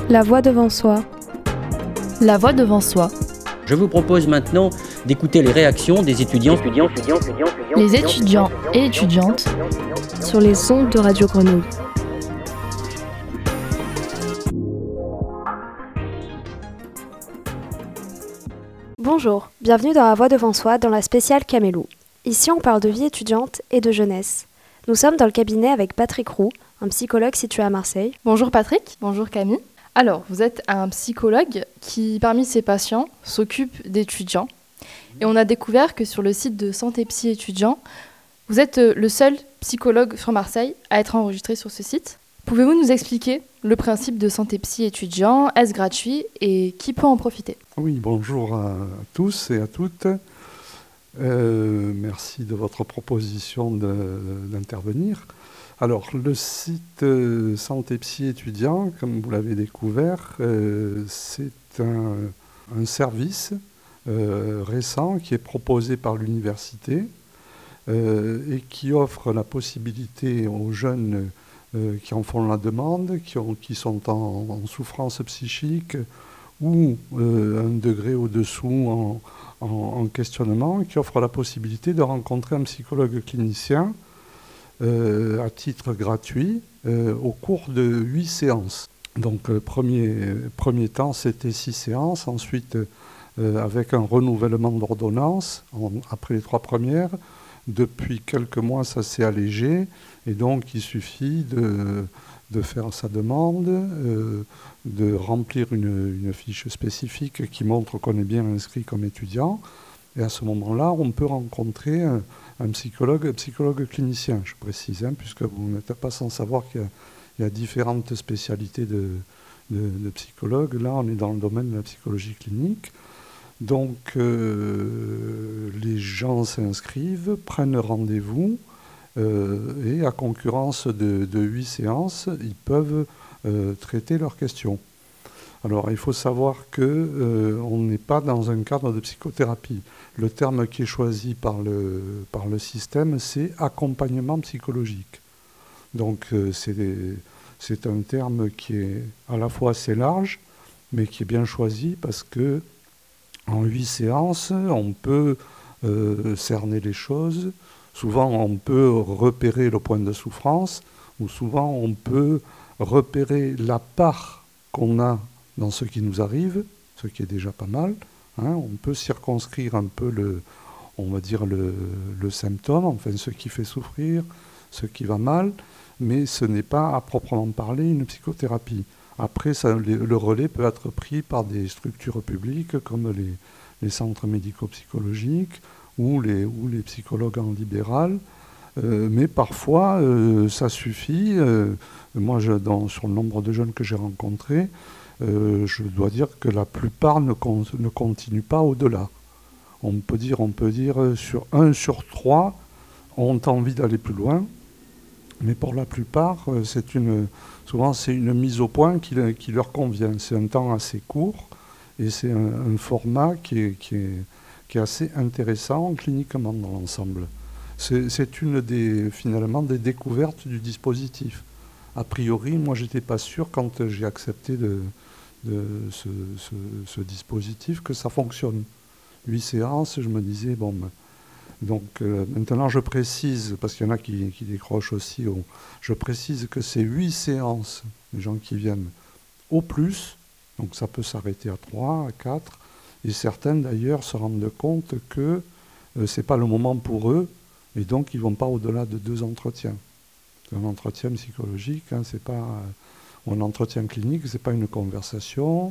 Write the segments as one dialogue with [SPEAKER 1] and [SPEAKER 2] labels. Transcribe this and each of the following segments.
[SPEAKER 1] La voix devant soi.
[SPEAKER 2] La voix devant soi.
[SPEAKER 3] Je vous propose maintenant d'écouter les réactions des étudiants
[SPEAKER 2] Les étudiants et étudiantes
[SPEAKER 1] sur les ondes de Radio Grenouille. Bonjour, bienvenue dans La voix devant soi dans la spéciale Camélou. Ici on parle de vie étudiante et de jeunesse. Nous sommes dans le cabinet avec Patrick Roux, un psychologue situé à Marseille.
[SPEAKER 2] Bonjour Patrick. Bonjour Camille. Alors, vous êtes un psychologue qui, parmi ses patients, s'occupe d'étudiants. Et on a découvert que sur le site de Santé Psy étudiant, vous êtes le seul psychologue sur Marseille à être enregistré sur ce site. Pouvez-vous nous expliquer le principe de Santé Psy étudiant? Est-ce gratuit et qui peut en profiter?
[SPEAKER 4] Oui, bonjour à tous et à toutes. Merci de votre proposition d'intervenir. Alors, le site Santé Psy étudiant, comme vous l'avez découvert, c'est un service récent qui est proposé par l'université et qui offre la possibilité aux jeunes qui en font la demande, qui sont en souffrance psychique ou un degré au-dessous en questionnement, qui offre la possibilité de rencontrer un psychologue clinicien à titre gratuit au cours de 8 séances. Donc premier temps, c'était 6 séances. Ensuite, avec un renouvellement d'ordonnance, après les 3 premières, depuis quelques mois, ça s'est allégé. Et donc, il suffit de faire sa demande, de remplir une fiche spécifique qui montre qu'on est bien inscrit comme étudiant. Et à ce moment-là, on peut rencontrer un psychologue clinicien, je précise, puisque vous n'êtes pas sans savoir qu'il y a différentes spécialités de psychologues. Là, on est dans le domaine de la psychologie clinique. Donc, les gens s'inscrivent, prennent rendez-vous, et à concurrence de 8 séances, ils peuvent traiter leurs questions. Alors, il faut savoir qu'on n'est pas dans un cadre de psychothérapie. Le terme qui est choisi par le système, c'est accompagnement psychologique. Donc, c'est un terme qui est à la fois assez large, mais qui est bien choisi parce que en 8 séances, on peut cerner les choses. Souvent, on peut repérer le point de souffrance, ou souvent, on peut repérer la part qu'on a dans ce qui nous arrive, ce qui est déjà pas mal. On peut circonscrire un peu le symptôme, enfin ce qui fait souffrir, ce qui va mal, mais ce n'est pas à proprement parler une psychothérapie. Après, le relais peut être pris par des structures publiques comme les centres médico-psychologiques ou les psychologues en libéral. Mais parfois, ça suffit. Moi, sur le nombre de jeunes que j'ai rencontrés, je dois dire que la plupart ne continuent pas au-delà. On peut dire sur 1 sur 3 ont envie d'aller plus loin, mais pour la plupart, souvent c'est une mise au point qui leur convient. C'est un temps assez court et c'est un format qui est assez intéressant cliniquement dans l'ensemble. C'est finalement des découvertes du dispositif. A priori, moi, j'étais pas sûr quand j'ai accepté ce dispositif que ça fonctionne. 8 séances, je me disais, donc maintenant je précise, parce qu'il y en a qui décrochent aussi, je précise que c'est 8 séances, les gens qui viennent au plus, donc ça peut s'arrêter à 3, à 4, et certains d'ailleurs se rendent compte que c'est pas le moment pour eux, et donc ils vont pas au-delà de 2 entretiens. Un entretien psychologique, c'est pas un entretien clinique, c'est pas une conversation,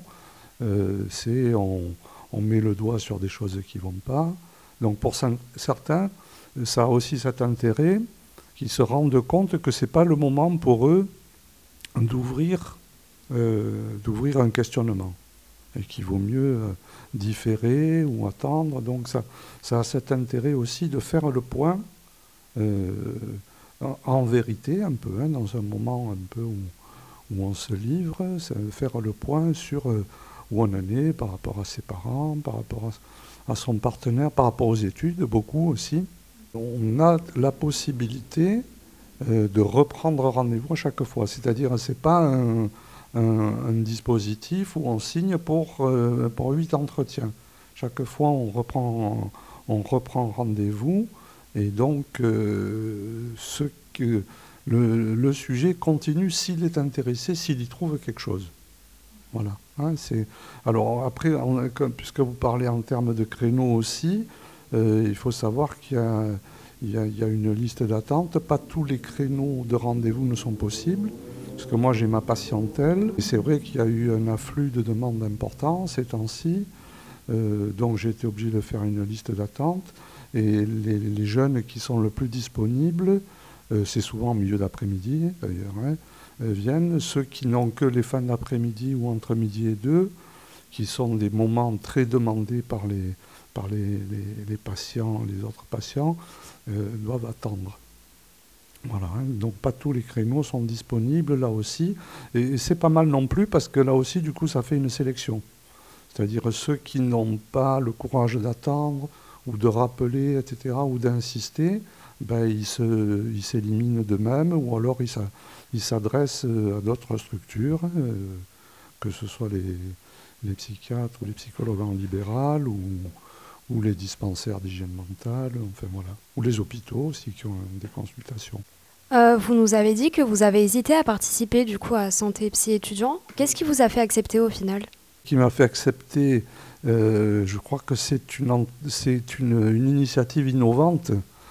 [SPEAKER 4] on met le doigt sur des choses qui vont pas. Donc pour certains, ça a aussi cet intérêt qu'ils se rendent compte que c'est pas le moment pour eux d'ouvrir un questionnement et qu'il vaut mieux différer ou attendre. Donc ça a cet intérêt aussi de faire le point en vérité un peu, dans un moment un peu où on se livre, c'est faire le point sur où on en est par rapport à ses parents, par rapport à son partenaire, par rapport aux études, beaucoup aussi. On a la possibilité de reprendre rendez-vous à chaque fois. C'est-à-dire, c'est pas un dispositif où on signe pour 8 entretiens. Chaque fois, on reprend rendez-vous et donc le sujet continue s'il est intéressé, s'il y trouve quelque chose. Voilà. Alors après, puisque vous parlez en termes de créneaux aussi, il faut savoir qu'il y a une liste d'attente. Pas tous les créneaux de rendez-vous ne sont possibles. Parce que moi, j'ai ma patientèle. Et c'est vrai qu'il y a eu un afflux de demandes important ces temps-ci. Donc, j'ai été obligé de faire une liste d'attente. Et les jeunes qui sont le plus disponibles, c'est souvent en milieu d'après-midi, d'ailleurs, viennent. Ceux qui n'ont que les fins d'après-midi ou entre midi et 2, qui sont des moments très demandés par les patients, les autres patients, doivent attendre. Voilà, donc pas tous les créneaux sont disponibles là aussi. Et c'est pas mal non plus parce que là aussi, du coup, ça fait une sélection. C'est-à-dire ceux qui n'ont pas le courage d'attendre ou de rappeler, etc., ou d'insister, ils s'éliminent d'eux-mêmes ou alors ils s'adressent à d'autres structures, que ce soit les psychiatres ou les psychologues en libéral ou les dispensaires d'hygiène mentale, enfin voilà, ou les hôpitaux aussi qui ont des consultations.
[SPEAKER 1] Vous nous avez dit que vous avez hésité à participer du coup à Santé Psy étudiant. Qu'est-ce qui vous a fait accepter au final ?
[SPEAKER 4] Ce qui m'a fait accepter, je crois que c'est une initiative innovante.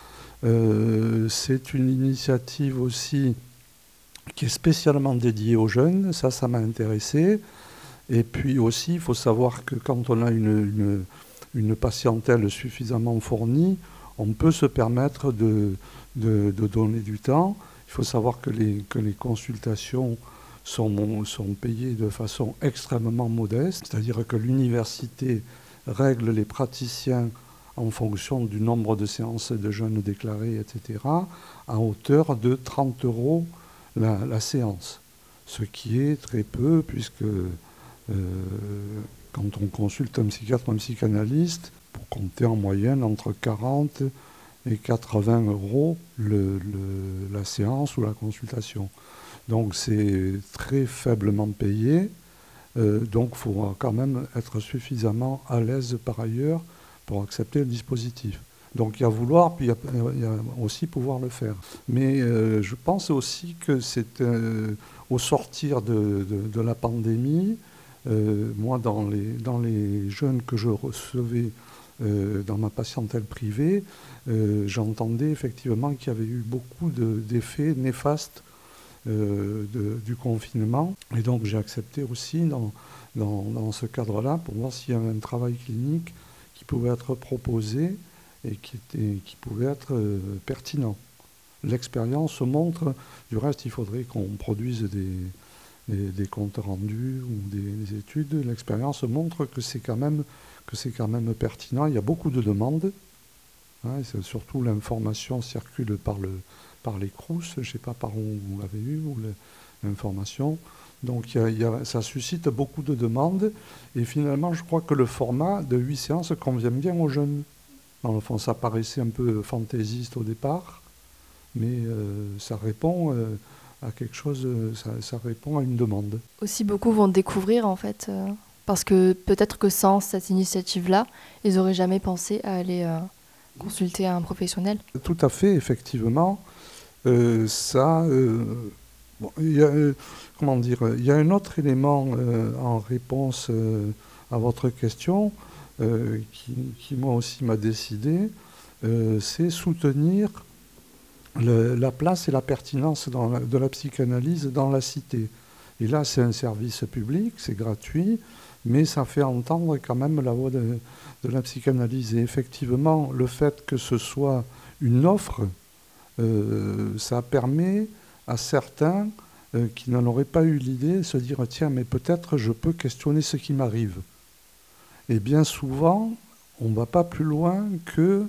[SPEAKER 4] C'est une initiative aussi qui est spécialement dédiée aux jeunes, ça m'a intéressé. Et puis aussi, il faut savoir que quand on a une patientèle suffisamment fournie, on peut se permettre de donner du temps. Il faut savoir que les consultations sont payées de façon extrêmement modeste, c'est-à-dire que l'université règle les praticiens en fonction du nombre de séances de jeunes déclarées, etc., à hauteur de 30 € la séance. Ce qui est très peu, puisque quand on consulte un psychiatre ou un psychanalyste, pour compter en moyenne entre 40 et 80 € la séance ou la consultation. Donc c'est très faiblement payé, donc il faut quand même être suffisamment à l'aise par ailleurs pour accepter le dispositif. Donc il y a vouloir, puis il y a aussi pouvoir le faire. Mais je pense aussi que c'est au sortir de la pandémie, moi dans les jeunes que je recevais dans ma patientèle privée, j'entendais effectivement qu'il y avait eu beaucoup d'effets néfastes du confinement. Et donc j'ai accepté aussi dans ce cadre-là pour voir s'il y avait un travail clinique qui pouvait être proposé et qui pouvait être pertinent. L'expérience montre, du reste il faudrait qu'on produise des comptes rendus ou des études. L'expérience montre que c'est quand même pertinent. Il y a beaucoup de demandes. C'est surtout l'information circule par les CROUS, je ne sais pas par où vous l'avez eu, ou l'information. Donc ça suscite beaucoup de demandes. Et finalement, je crois que le format de 8 séances convient bien aux jeunes. Dans le fond, ça paraissait un peu fantaisiste au départ, mais ça répond à quelque chose, ça répond à une demande.
[SPEAKER 2] Aussi, beaucoup vont découvrir, en fait, parce que peut-être que sans cette initiative-là, ils n'auraient jamais pensé à aller consulter un professionnel.
[SPEAKER 4] Tout à fait, effectivement. Il y a un autre élément en réponse à votre question qui moi aussi m'a décidé, c'est soutenir la place et la pertinence de la psychanalyse dans la cité. Et là, c'est un service public, c'est gratuit, mais ça fait entendre quand même la voix de la psychanalyse. Et effectivement, le fait que ce soit une offre, ça permet à certains qui n'en auraient pas eu l'idée de se dire « Tiens, mais peut-être je peux questionner ce qui m'arrive ». Et bien souvent, on ne va pas plus loin que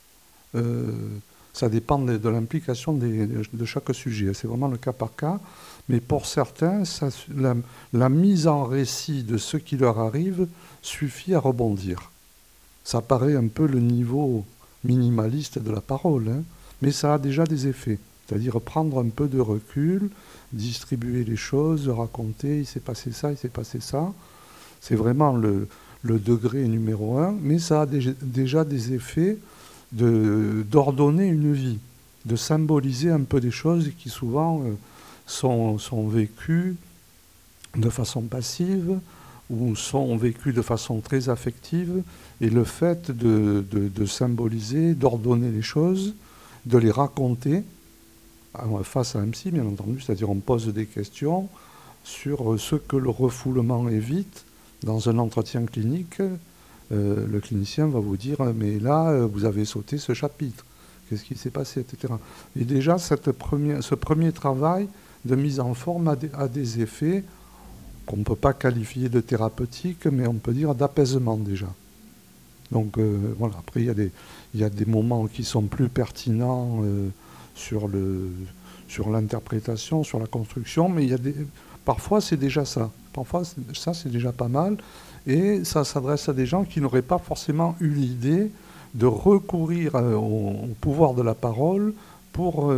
[SPEAKER 4] ça dépend de l'implication de chaque sujet. C'est vraiment le cas par cas. Mais pour certains, la mise en récit de ce qui leur arrive suffit à rebondir. Ça paraît un peu le niveau minimaliste de la parole, mais ça a déjà des effets. C'est-à-dire prendre un peu de recul, distribuer les choses, raconter, il s'est passé ça, il s'est passé ça. C'est vraiment le degré numéro 1, mais ça a déjà des effets d'ordonner une vie, de symboliser un peu des choses qui souvent sont vécues de façon passive ou sont vécues de façon très affective. Et le fait de symboliser, d'ordonner les choses, de les raconter face à un psy, bien entendu, c'est-à-dire on pose des questions sur ce que le refoulement évite. Dans un entretien clinique, le clinicien va vous dire « mais là, vous avez sauté ce chapitre, qu'est-ce qui s'est passé, etc. » Et déjà, ce premier travail de mise en forme a des effets qu'on ne peut pas qualifier de thérapeutiques, mais on peut dire d'apaisement déjà. Donc voilà, après il y a des moments qui sont plus pertinents sur l'interprétation, sur la construction, mais parfois c'est déjà ça. Parfois ça c'est déjà pas mal, et ça s'adresse à des gens qui n'auraient pas forcément eu l'idée de recourir au pouvoir de la parole pour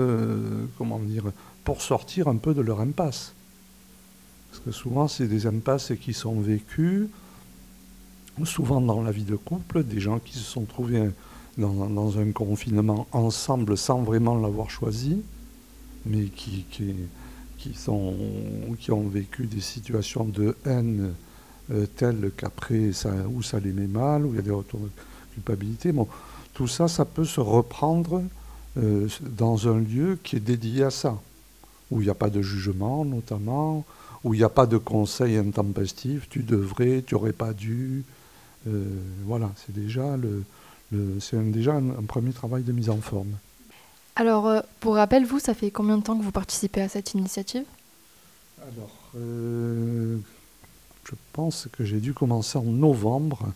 [SPEAKER 4] sortir un peu de leur impasse. Parce que souvent c'est des impasses qui sont vécues, souvent dans la vie de couple, des gens qui se sont trouvés dans un confinement ensemble sans vraiment l'avoir choisi, mais qui ont vécu des situations de haine telles qu'après, ça les met mal, où il y a des retours de culpabilité. Bon, tout ça, ça peut se reprendre dans un lieu qui est dédié à ça, où il n'y a pas de jugement, notamment, où il n'y a pas de conseil intempestif, tu devrais, tu n'aurais pas dû. Voilà, c'est déjà un premier travail de mise en forme.
[SPEAKER 2] Alors, pour rappel, vous, ça fait combien de temps que vous participez à cette initiative ?
[SPEAKER 4] Alors, je pense que j'ai dû commencer en novembre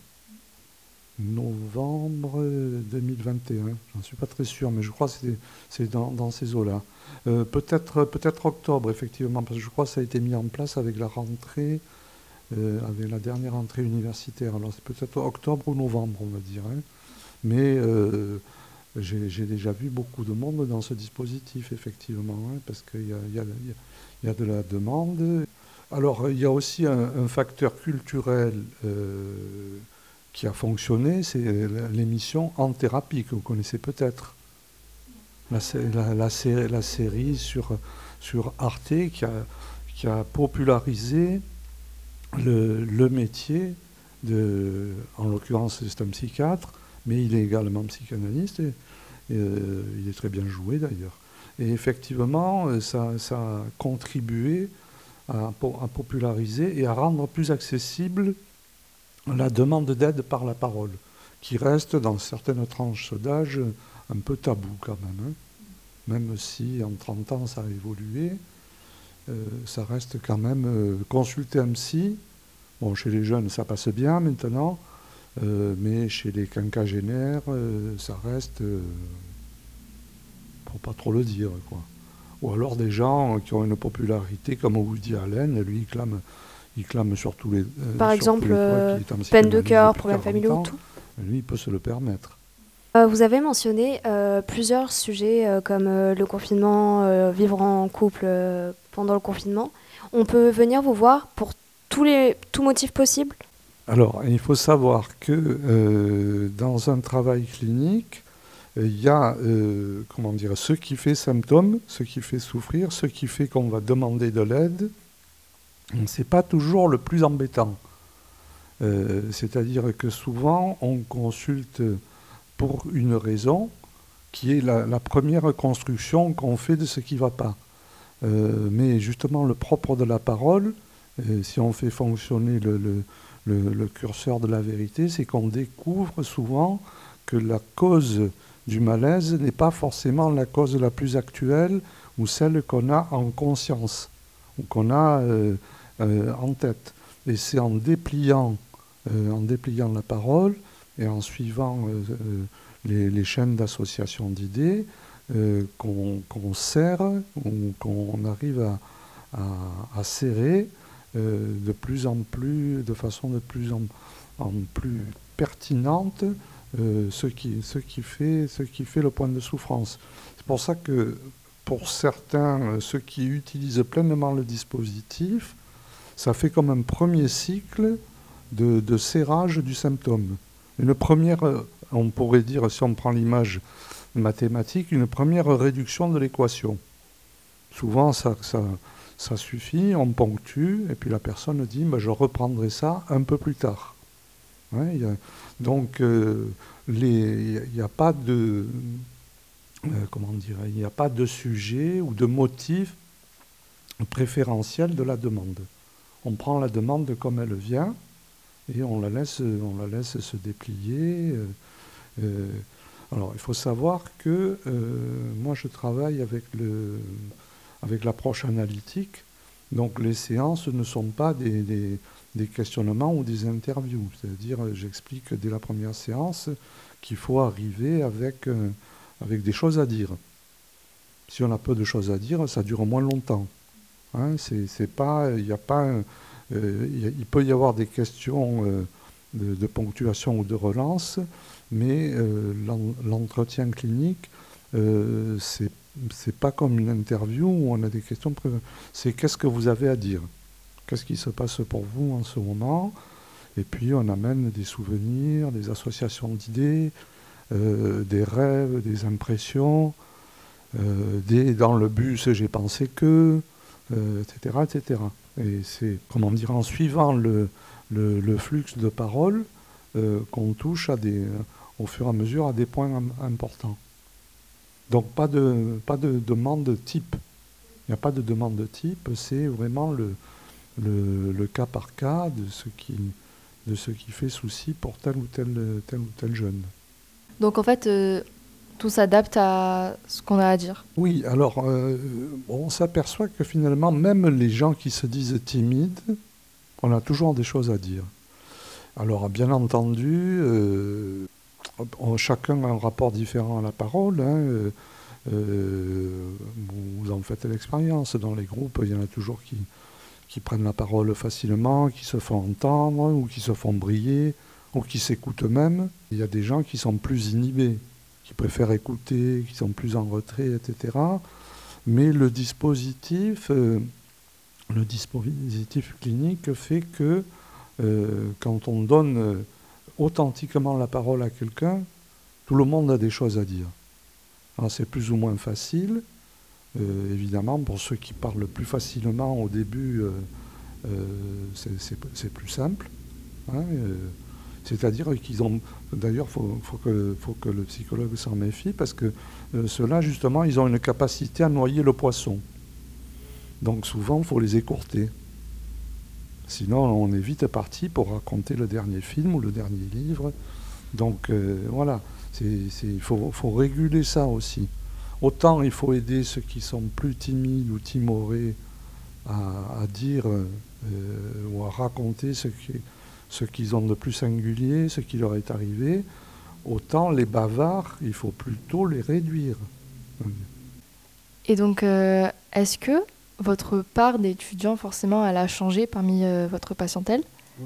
[SPEAKER 4] 2021. J'en suis pas très sûr, mais je crois que c'est dans ces eaux-là. Peut-être octobre, effectivement, parce que je crois que ça a été mis en place avec la rentrée, avec la dernière rentrée universitaire. Alors c'est peut-être octobre ou novembre, on va dire. Hein. Mais j'ai déjà vu beaucoup de monde dans ce dispositif, effectivement, hein, parce qu'il y a de la demande. Alors, il y a aussi un facteur culturel qui a fonctionné, c'est l'émission En Thérapie, que vous connaissez peut-être. La série sur Arte qui a popularisé le métier en l'occurrence c'est un psychiatre, mais il est également psychanalyste et il est très bien joué d'ailleurs. Et effectivement, ça a contribué à populariser et à rendre plus accessible la demande d'aide par la parole, qui reste dans certaines tranches d'âge un peu tabou quand même. Hein. Même si en 30 ans ça a évolué, ça reste quand même consulter un psy. Bon, chez les jeunes ça passe bien maintenant, mais chez les quinquagénaires ça reste, pour pas trop le dire, quoi. Ou alors des gens qui ont une popularité comme Woody Allen, lui il clame sur tous les
[SPEAKER 1] par exemple, peine de cœur, problèmes familiaux, tout.
[SPEAKER 4] Lui il peut se le permettre.
[SPEAKER 1] Vous avez mentionné plusieurs sujets comme le confinement, vivre en couple pendant le confinement. On peut venir vous voir pour tout motif possible ?
[SPEAKER 4] Alors, il faut savoir que dans un travail clinique, il y a ce qui fait symptômes, ce qui fait souffrir, ce qui fait qu'on va demander de l'aide. Ce n'est pas toujours le plus embêtant. C'est-à-dire que souvent, on consulte pour une raison qui est la première construction qu'on fait de ce qui ne va pas. Mais justement, le propre de la parole, si on fait fonctionner le curseur de la vérité, c'est qu'on découvre souvent que la cause du malaise n'est pas forcément la cause la plus actuelle ou celle qu'on a en conscience ou qu'on a en tête. Et c'est en dépliant la parole et en suivant les chaînes d'association d'idées qu'on serre ou qu'on arrive à serrer de façon de plus en plus pertinente ce qui fait le point de souffrance. C'est pour ça que pour certains, ceux qui utilisent pleinement le dispositif, ça fait comme un premier cycle de serrage du symptôme. Une première, on pourrait dire, si on prend l'image mathématique, une première réduction de l'équation. Souvent, ça suffit, on ponctue, et puis la personne dit je reprendrai ça un peu plus tard. Ouais, donc, il n'y a pas de... il n'y a pas de sujet ou de motif préférentiel de la demande. On prend la demande comme elle vient et on la laisse se déplier. Alors, il faut savoir que moi, je travaille avec l'approche analytique. Donc, les séances ne sont pas des questionnements ou des interviews. C'est-à-dire, j'explique dès la première séance qu'il faut arriver avec des choses à dire. Si on a peu de choses à dire, ça dure moins longtemps. Hein, il peut y avoir des questions de ponctuation ou de relance, mais l'entretien clinique, c'est pas comme une interview où on a des questions prévues. C'est qu'est-ce que vous avez à dire? Qu'est-ce qui se passe pour vous en ce moment? Et puis on amène des souvenirs, des associations d'idées, des rêves, des impressions, dans le bus j'ai pensé que, etc., etc. Et c'est, en suivant le flux de paroles qu'on touche au fur et à mesure à des points importants. Donc pas de demande type. Il n'y a pas de demande de type, c'est vraiment le cas par cas de ce qui fait souci pour tel ou tel jeune.
[SPEAKER 2] Donc en fait, tout s'adapte à ce qu'on a à dire.
[SPEAKER 4] Oui, alors on s'aperçoit que finalement, même les gens qui se disent timides, on a toujours des choses à dire. Alors bien entendu, chacun a un rapport différent à la parole. Hein, vous en faites l'expérience. Dans les groupes, il y en a toujours qui prennent la parole facilement, qui se font entendre, ou qui se font briller, ou qui s'écoutent même. Il y a des gens qui sont plus inhibés, qui préfèrent écouter, qui sont plus en retrait, etc. Mais le dispositif clinique fait que quand on donne authentiquement la parole à quelqu'un, tout le monde a des choses à dire. Alors c'est plus ou moins facile, évidemment, pour ceux qui parlent plus facilement au début, c'est plus simple. Hein, c'est-à-dire qu'ils ont... D'ailleurs, faut que le psychologue s'en méfie, parce que ceux-là, justement, ils ont une capacité à noyer le poisson. Donc souvent, il faut les écourter. Sinon, on est vite parti pour raconter le dernier film ou le dernier livre. Donc voilà, il faut réguler ça aussi. Autant il faut aider ceux qui sont plus timides ou timorés à dire ou à raconter ce qu'ils ont de plus singulier, ce qui leur est arrivé. Autant les bavards, il faut plutôt les réduire.
[SPEAKER 2] Et donc, est-ce que votre part d'étudiants, forcément, elle a changé parmi votre patientèle?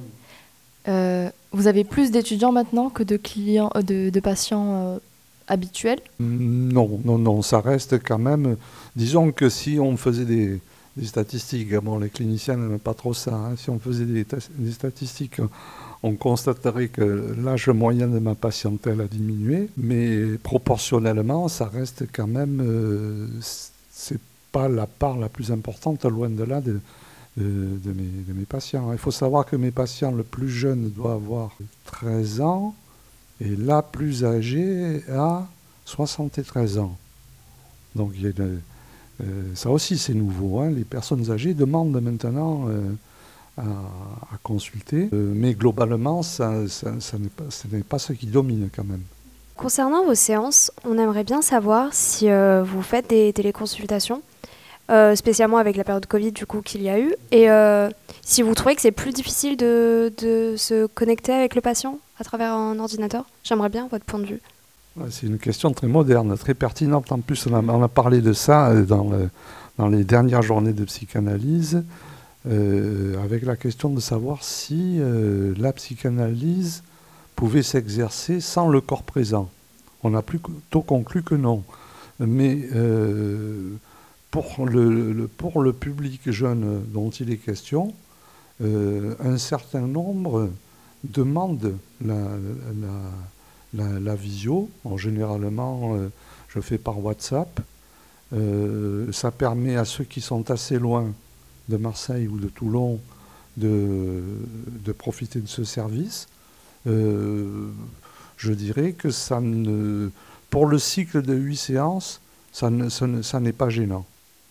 [SPEAKER 2] Vous avez plus d'étudiants maintenant que de clients, de patients habituels?
[SPEAKER 4] Non, ça reste quand même... Disons que si on faisait des statistiques, bon, les cliniciens n'aiment pas trop ça, hein, si on faisait des statistiques, on constaterait que l'âge moyen de ma patientèle a diminué, mais proportionnellement, ça reste quand même... c'est pas la part la plus importante, loin de là, de mes patients. Il faut savoir que mes patients, le plus jeune doit avoir 13 ans, et la plus âgée a 73 ans. Donc ça aussi c'est nouveau. Hein. Les personnes âgées demandent maintenant à consulter, mais globalement, ce n'est pas ce qui domine quand même.
[SPEAKER 1] Concernant vos séances, on aimerait bien savoir si vous faites des téléconsultations, spécialement avec la période Covid du coup qu'il y a eu, et si vous trouvez que c'est plus difficile de se connecter avec le patient à travers un ordinateur. J'aimerais bien votre point de vue.
[SPEAKER 4] C'est une question très moderne, très pertinente. En plus, on a parlé de ça dans les dernières journées de psychanalyse, avec la question de savoir si la psychanalyse pouvait s'exercer sans le corps présent. On a plutôt conclu que non. Mais pour le public jeune dont il est question, un certain nombre demandent la visio. Généralement, je fais par WhatsApp. Ça permet à ceux qui sont assez loin de Marseille ou de Toulon de profiter de ce service. Je dirais que pour le cycle de 8 séances, ça n'est pas gênant.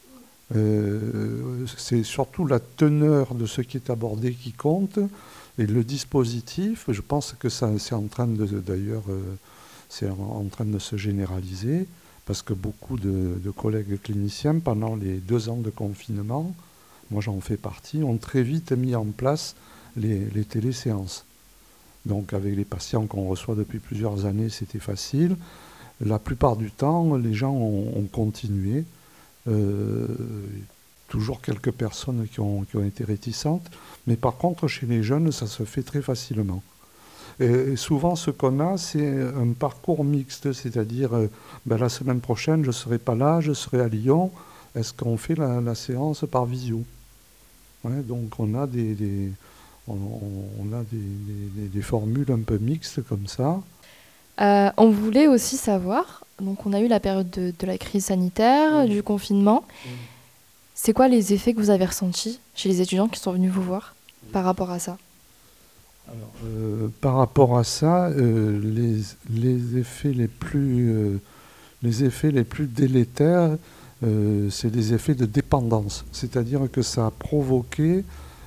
[SPEAKER 4] C'est surtout la teneur de ce qui est abordé qui compte, et le dispositif, je pense que c'est en train de se généraliser, parce que beaucoup de collègues cliniciens, pendant les 2 ans de confinement, moi j'en fais partie, ont très vite mis en place les téléséances. Donc avec les patients qu'on reçoit depuis plusieurs années, c'était facile. La plupart du temps, les gens ont continué. Toujours quelques personnes qui ont été réticentes, mais par contre chez les jeunes ça se fait très facilement. Et souvent ce qu'on a, c'est un parcours mixte, c'est-à-dire la semaine prochaine je ne serai pas là, je serai à Lyon, est-ce qu'on fait la séance par visio? Ouais, donc on a des formules un peu mixtes comme ça.
[SPEAKER 2] On voulait aussi savoir, donc on a eu la période de la crise sanitaire, du confinement. C'est quoi les effets que vous avez ressentis chez les étudiants qui sont venus vous voir par rapport à ça?
[SPEAKER 4] Alors, par rapport à ça, les effets les plus délétères, c'est des effets de dépendance. C'est-à-dire que ça a provoqué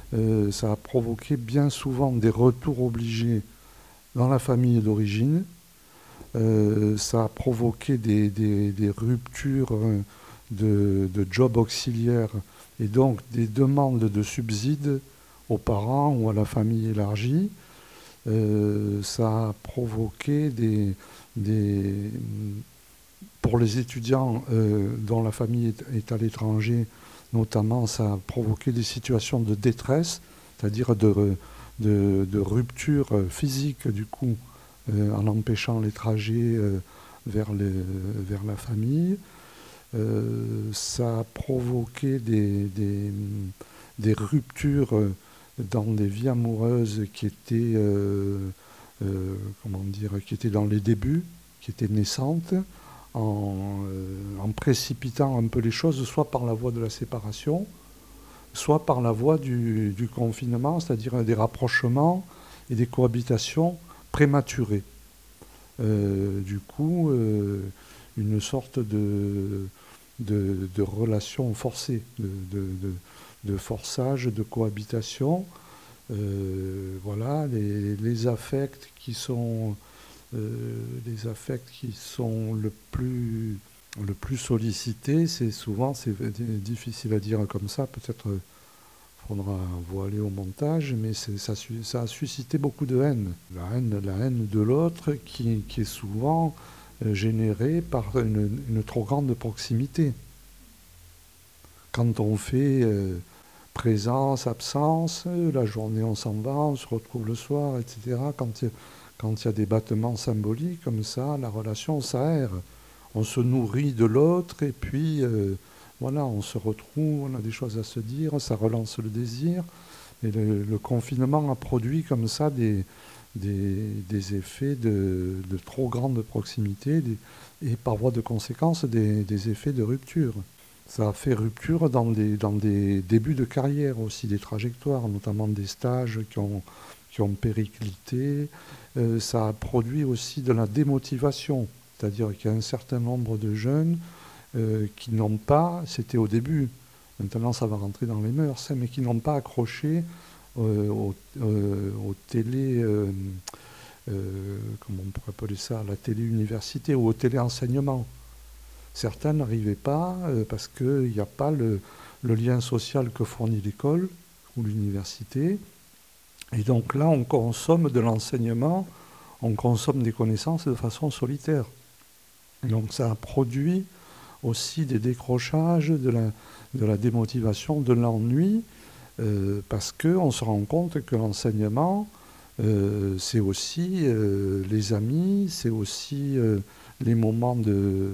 [SPEAKER 4] bien souvent des retours obligés dans la famille d'origine. Ça a provoqué des ruptures de job auxiliaire et donc des demandes de subsides aux parents ou à la famille élargie. Ça a provoqué pour les étudiants dont la famille est à l'étranger, notamment, ça a provoqué des situations de détresse, c'est-à-dire de rupture physique du coup, en empêchant les trajets vers la famille. Ça a provoqué des ruptures dans des vies amoureuses qui étaient, qui étaient dans les débuts, qui étaient naissantes, en précipitant un peu les choses, soit par la voie de la séparation, soit par la voie du confinement, c'est-à-dire des rapprochements et des cohabitations prématurées. Du coup, une sorte de relation forcée, de forçage, de cohabitation. Voilà, les affects qui sont le plus sollicités, c'est difficile à dire comme ça, peut-être faudra voiler au montage, mais ça a suscité beaucoup de haine. La haine de l'autre qui est souvent générée par une trop grande proximité. Quand on fait présence, absence, la journée on s'en va, on se retrouve le soir, etc. Quand il y a des battements symboliques comme ça, la relation s'aère. On se nourrit de l'autre et puis voilà, on se retrouve, on a des choses à se dire, ça relance le désir. Et le confinement a produit comme ça des effets de trop grande proximité et par voie de conséquence des effets de rupture. Ça a fait rupture dans des débuts de carrière aussi, des trajectoires, notamment des stages qui ont périclité. Ça a produit aussi de la démotivation, c'est-à-dire qu'il y a un certain nombre de jeunes qui n'ont pas, c'était au début, maintenant ça va rentrer dans les mœurs, mais qui n'ont pas accroché aux télé, comment on pourrait appeler ça, la télé-université ou au télé-enseignement. Certains n'arrivaient pas parce qu'il n'y a pas le lien social que fournit l'école ou l'université. Et donc là, on consomme de l'enseignement, on consomme des connaissances de façon solitaire. Donc ça a produit aussi des décrochages, de la démotivation, de l'ennui, parce qu'on se rend compte que l'enseignement, c'est aussi les amis, c'est aussi les moments de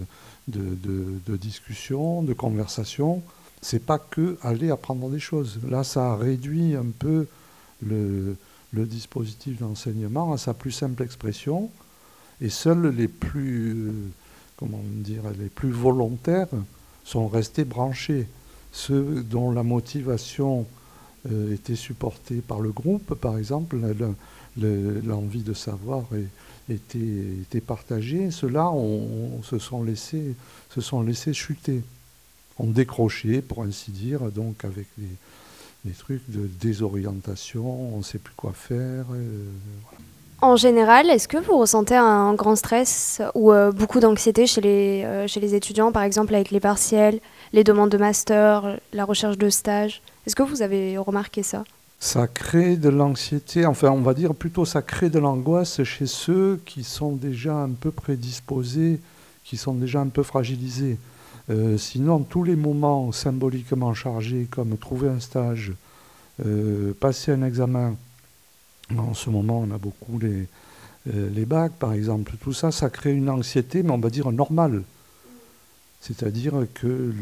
[SPEAKER 4] de discussion, de conversation. C'est pas que aller apprendre des choses. Là, ça a réduit un peu le dispositif d'enseignement à sa plus simple expression. Et seuls les plus, les plus volontaires sont restés branchés. Ceux dont la motivation était supportée par le groupe, par exemple, l'envie de savoir était partagée, ceux-là se sont laissés chuter, ont décroché, pour ainsi dire, donc avec des trucs de désorientation, on ne sait plus quoi faire. Voilà.
[SPEAKER 1] En général, est-ce que vous ressentez un grand stress ou beaucoup d'anxiété chez les étudiants, par exemple avec les partiels, les demandes de master, la recherche de stage? Est-ce que vous avez remarqué ça?
[SPEAKER 4] Ça crée de l'anxiété, enfin on va dire plutôt ça crée de l'angoisse chez ceux qui sont déjà un peu prédisposés, qui sont déjà un peu fragilisés. Sinon, tous les moments symboliquement chargés, comme trouver un stage, passer un examen, en ce moment on a beaucoup les bacs par exemple, tout ça, ça crée une anxiété, mais on va dire normale. C'est-à-dire que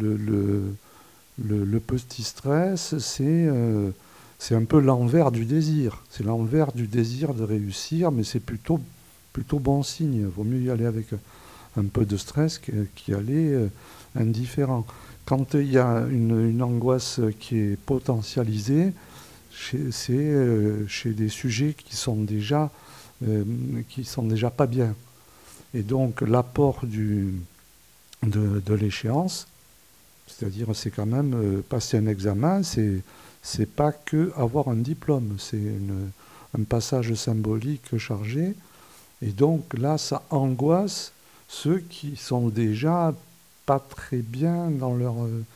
[SPEAKER 4] le petit stress, c'est un peu l'envers du désir. C'est l'envers du désir de réussir, mais c'est plutôt bon signe. Il vaut mieux y aller avec un peu de stress qu'y aller indifférent. Quand il y a une angoisse qui est potentialisée, c'est chez des sujets qui sont déjà pas bien. Et donc l'apport de l'échéance, c'est-à-dire c'est quand même passer un examen, c'est pas que avoir un diplôme, c'est un passage symbolique chargé. Et donc là, ça angoisse ceux qui sont déjà pas très bien dans leur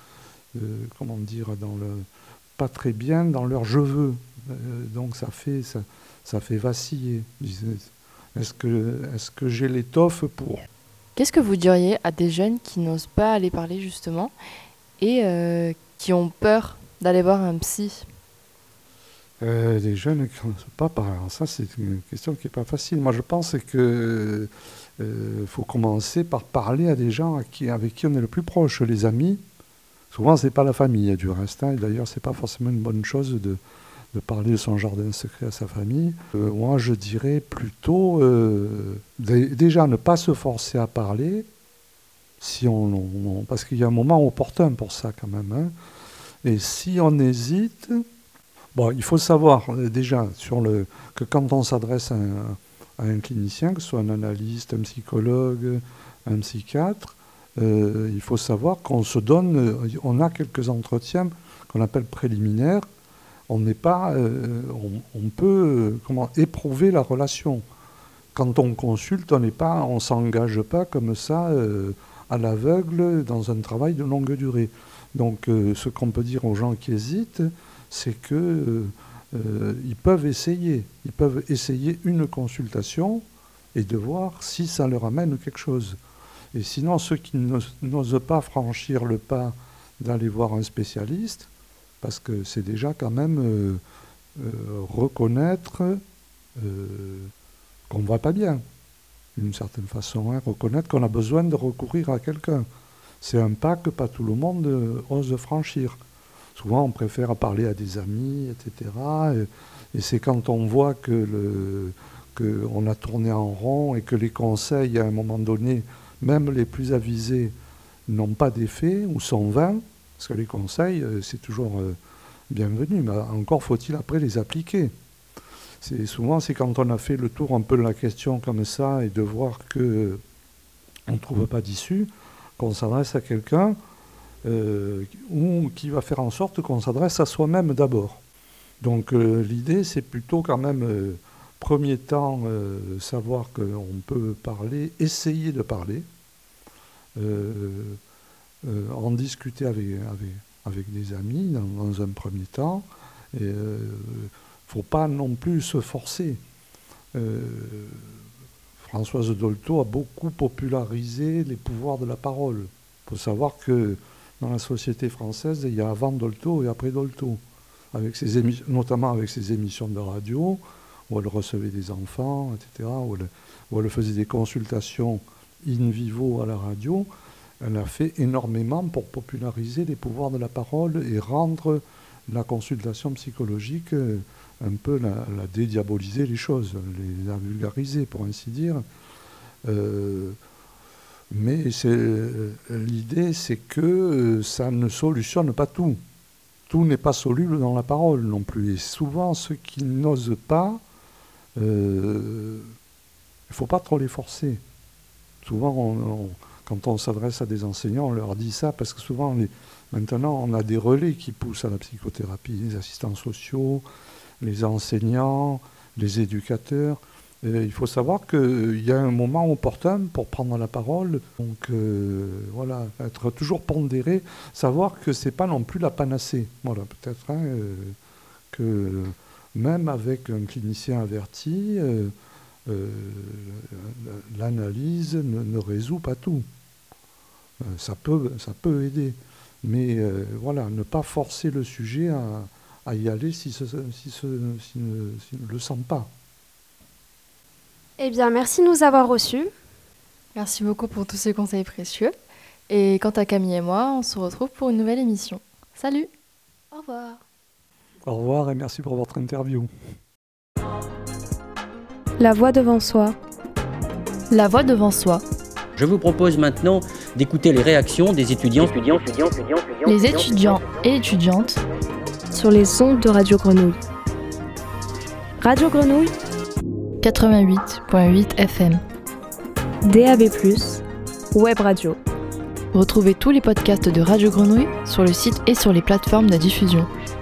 [SPEAKER 4] pas très bien dans leur je veux. Donc ça fait vaciller. Est-ce que j'ai l'étoffe pour?
[SPEAKER 2] Qu'est-ce que vous diriez à des jeunes qui n'osent pas aller parler justement et qui ont peur d'aller voir un psy?
[SPEAKER 4] Les jeunes qui n'osent pas parler. Alors ça, c'est une question qui n'est pas facile. Moi, je pense que faut commencer par parler à des gens avec qui on est le plus proche, les amis. Souvent, c'est pas la famille, du reste. Et d'ailleurs, c'est pas forcément une bonne chose de parler de son jardin secret à sa famille. Moi, je dirais plutôt déjà ne pas se forcer à parler, parce qu'il y a un moment opportun pour ça quand même. Hein. Et si on hésite, il faut savoir déjà que quand on s'adresse à un clinicien, que ce soit un analyste, un psychologue, un psychiatre, il faut savoir qu'on se donne, on a quelques entretiens qu'on appelle préliminaires. On n'est pas, on peut éprouver la relation. Quand on consulte, on s'engage pas comme ça à l'aveugle dans un travail de longue durée. Donc, ce qu'on peut dire aux gens qui hésitent, c'est que ils peuvent essayer une consultation et de voir si ça leur amène quelque chose. Et sinon, ceux qui n'osent pas franchir le pas d'aller voir un spécialiste, parce que c'est déjà quand même reconnaître qu'on ne va pas bien, d'une certaine façon, hein, reconnaître qu'on a besoin de recourir à quelqu'un. C'est un pas que pas tout le monde ose franchir. Souvent, on préfère parler à des amis, etc. Et c'est quand on voit qu'on a tourné en rond et que les conseils, à un moment donné, même les plus avisés, n'ont pas d'effet ou sont vains, parce que les conseils, c'est toujours bienvenu, mais encore faut-il après les appliquer. Souvent, c'est quand on a fait le tour un peu de la question comme ça et de voir qu'on ne trouve pas d'issue, qu'on s'adresse à quelqu'un ou qui va faire en sorte qu'on s'adresse à soi-même d'abord. Donc l'idée, c'est plutôt quand même, premier temps, savoir qu'on peut parler, essayer de parler, en discuter avec des amis dans un premier temps. Il ne faut pas non plus se forcer. Françoise Dolto a beaucoup popularisé les pouvoirs de la parole. Il faut savoir que dans la société française, il y a avant Dolto et après Dolto, notamment avec ses émissions de radio, où elle recevait des enfants, etc., où elle faisait des consultations in vivo à la radio. elle a fait énormément pour populariser les pouvoirs de la parole et rendre la consultation psychologique un peu la dédiaboliser les choses, la vulgariser pour ainsi dire. Mais l'idée, c'est que ça ne solutionne pas tout. Tout n'est pas soluble dans la parole non plus. Et souvent, ceux qui n'osent pas, il ne faut pas trop les forcer. Souvent, quand on s'adresse à des enseignants, on leur dit ça, parce que souvent, maintenant, on a des relais qui poussent à la psychothérapie, les assistants sociaux, les enseignants, les éducateurs. Il faut savoir qu'il y a un moment opportun pour prendre la parole. Donc voilà, être toujours pondéré, savoir que ce n'est pas non plus la panacée. Voilà, peut-être que même avec un clinicien averti, l'analyse ne résout pas tout. Ça peut aider. Mais voilà, ne pas forcer le sujet à y aller s'il ne le sent pas.
[SPEAKER 1] Eh bien, merci de nous avoir reçus.
[SPEAKER 2] Merci beaucoup pour tous ces conseils précieux. Et quant à Camille et moi, on se retrouve pour une nouvelle émission. Salut!
[SPEAKER 1] Au revoir.
[SPEAKER 4] Au revoir et merci pour votre interview.
[SPEAKER 1] La voix devant soi.
[SPEAKER 2] La voix devant soi.
[SPEAKER 3] Je vous propose maintenant d'écouter les réactions des étudiants,
[SPEAKER 2] Les étudiants et étudiantes
[SPEAKER 1] Sur les ondes de Radio Grenouille. Radio Grenouille,
[SPEAKER 2] 88.8 FM.
[SPEAKER 1] DAB+, Web Radio.
[SPEAKER 2] Retrouvez tous les podcasts de Radio Grenouille sur le site et sur les plateformes de diffusion.